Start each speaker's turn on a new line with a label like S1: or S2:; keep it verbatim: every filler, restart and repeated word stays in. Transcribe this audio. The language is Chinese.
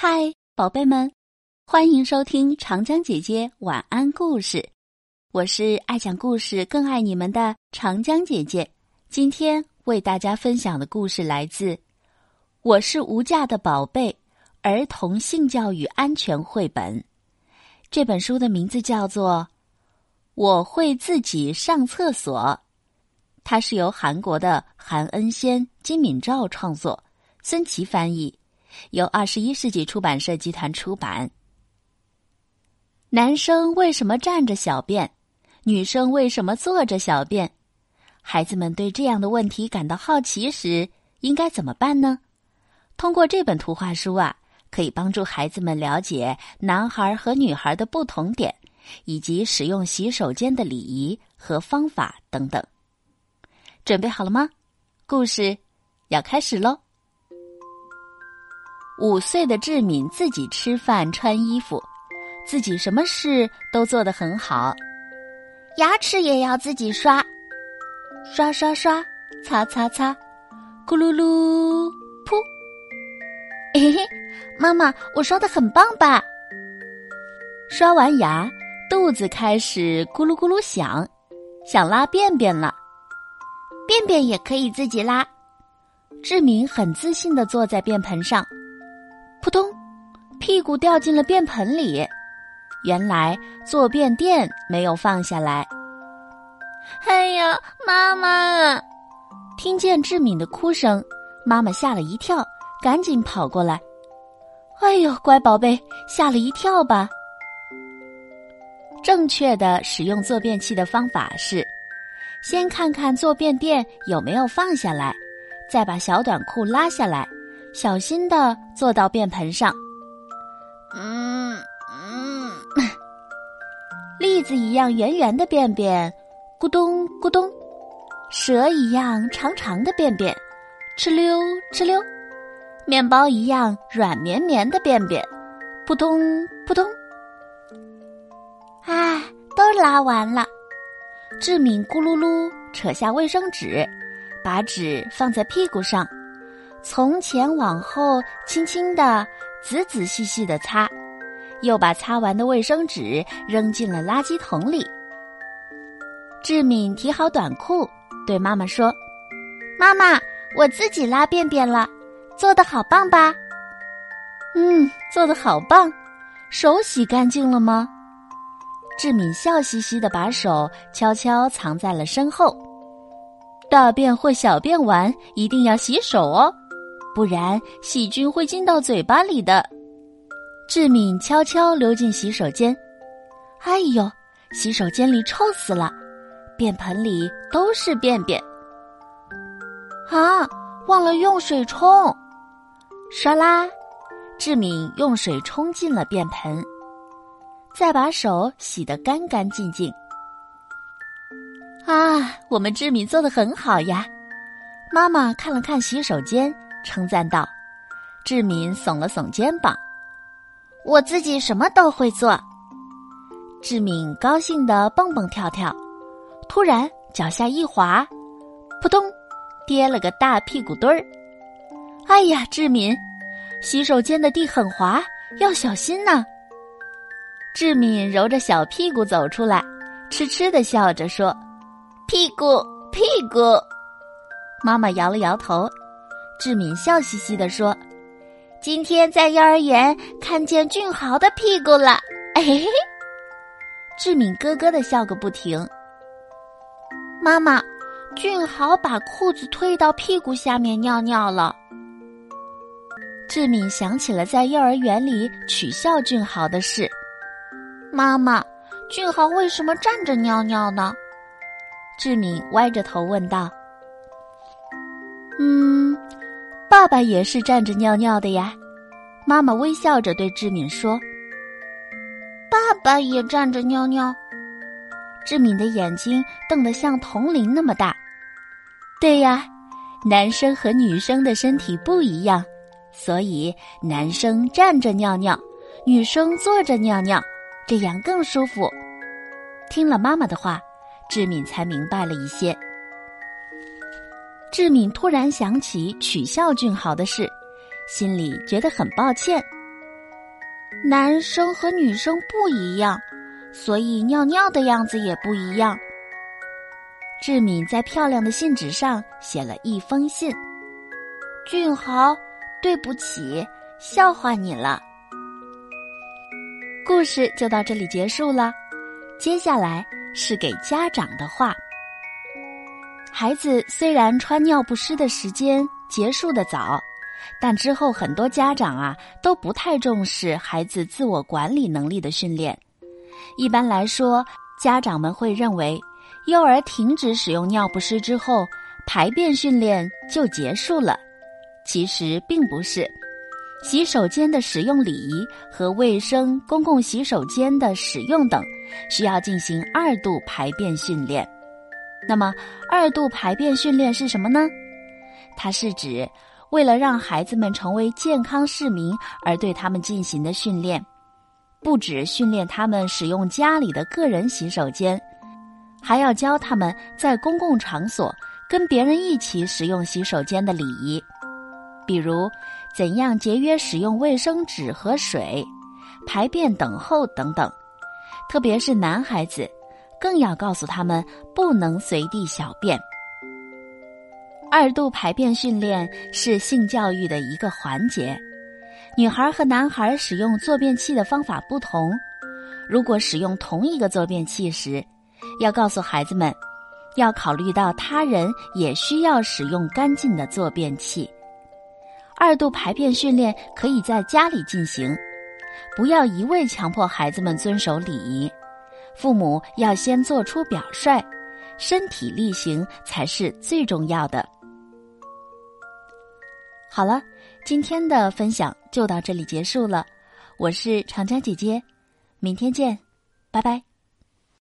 S1: 嗨，宝贝们，欢迎收听长江姐姐晚安故事。我是爱讲故事更爱你们的长江姐姐。今天为大家分享的故事来自《我是无价的宝贝》儿童性教育安全绘本。这本书的名字叫做《我会自己上厕所》，它是由韩国的韩恩先、金敏照创作，孙琦翻译，由二十一世纪出版社集团出版。男生为什么站着小便？女生为什么坐着小便？孩子们对这样的问题感到好奇时，应该怎么办呢？通过这本图画书啊，可以帮助孩子们了解男孩和女孩的不同点，以及使用洗手间的礼仪和方法等等。准备好了吗？故事要开始喽！五岁的志敏自己吃饭穿衣服，自己什么事都做得很好。
S2: 牙齿也要自己刷，
S1: 刷刷刷，擦擦擦，咕噜噜，噗！
S2: 嘿嘿，妈妈，我刷得很棒吧？
S1: 刷完牙，肚子开始咕噜咕噜响，想拉便便了。
S2: 便便也可以自己拉。
S1: 志敏很自信地坐在便盆上，扑通，屁股掉进了便盆里。原来坐便垫没有放下来。
S2: 哎呀，妈妈！
S1: 听见志敏的哭声，妈妈吓了一跳，赶紧跑过来。哎呦，乖宝贝，吓了一跳吧？正确的使用坐便器的方法是，先看看坐便垫有没有放下来，再把小短裤拉下来，小心地坐到便盆上。
S2: 嗯嗯，
S1: 栗子一样圆圆的便便，咕咚咕咚；蛇一样长长的便便，哧溜哧溜；面包一样软绵绵的便便，扑通扑通。
S2: 唉，都拉完了。
S1: 志敏咕噜噜扯下卫生纸，把纸放在屁股上，从前往后轻轻地仔仔细细地擦，又把擦完的卫生纸扔进了垃圾桶里。志敏提好短裤，对妈妈说：
S2: 妈妈，我自己拉便便了，做得好棒吧？
S1: 嗯，做得好棒。手洗干净了吗？志敏笑嘻嘻地把手悄悄藏在了身后。大便或小便完一定要洗手哦，不然细菌会进到嘴巴里的。志敏悄悄溜进洗手间。哎呦，洗手间里臭死了，便盆里都是便便。
S2: 啊，忘了用水冲。
S1: 唰啦，志敏用水冲进了便盆，再把手洗得干干净净。啊，我们志敏做得很好呀！妈妈看了看洗手间，称赞道。志敏耸了耸肩膀。
S2: 我自己什么都会做。
S1: 志敏高兴地蹦蹦跳跳，突然脚下一滑，扑通，跌了个大屁股墩儿。哎呀，志敏，洗手间的地很滑，要小心呐！志敏揉着小屁股走出来，痴痴地笑着说：
S2: 屁股屁股。
S1: 妈妈摇了摇头。志敏笑嘻嘻地说：
S2: 今天在幼儿园看见俊豪的屁股了。哎嘿嘿。
S1: 志敏咯咯地笑个不停。
S2: 妈妈，俊豪把裤子推到屁股下面尿尿了。
S1: 志敏想起了在幼儿园里取笑俊豪的事。
S2: 妈妈，俊豪为什么站着尿尿呢？
S1: 志敏歪着头问道。嗯，爸爸也是站着尿尿的呀。妈妈微笑着对志敏说。
S2: 爸爸也站着尿尿？
S1: 志敏的眼睛瞪得像铜铃那么大。对呀，男生和女生的身体不一样，所以男生站着尿尿，女生坐着尿尿，这样更舒服。听了妈妈的话，志敏才明白了一些。志敏突然想起取笑俊豪的事，心里觉得很抱歉。
S2: 男生和女生不一样，所以尿尿的样子也不一样。
S1: 志敏在漂亮的信纸上写了一封信。
S2: 俊豪，对不起，笑话你了。
S1: 故事就到这里结束了，接下来是给家长的话。孩子虽然穿尿不湿的时间结束得早，但之后很多家长啊都不太重视孩子自我管理能力的训练。一般来说，家长们会认为幼儿停止使用尿不湿之后，排便训练就结束了。其实并不是，洗手间的使用礼仪和卫生公共洗手间的使用等，需要进行二度排便训练。那么，二度排便训练是什么呢？它是指为了让孩子们成为健康市民而对他们进行的训练，不只训练他们使用家里的个人洗手间，还要教他们在公共场所跟别人一起使用洗手间的礼仪，比如怎样节约使用卫生纸和水、排便等候等等。特别是男孩子，更要告诉他们不能随地小便。二度排便训练是性教育的一个环节。女孩和男孩使用坐便器的方法不同，如果使用同一个坐便器时，要告诉孩子们，要考虑到他人也需要使用干净的坐便器。二度排便训练可以在家里进行，不要一味强迫孩子们遵守礼仪。父母要先做出表率，身体力行才是最重要的。好了，今天的分享就到这里结束了。我是长江姐姐，明天见，拜拜。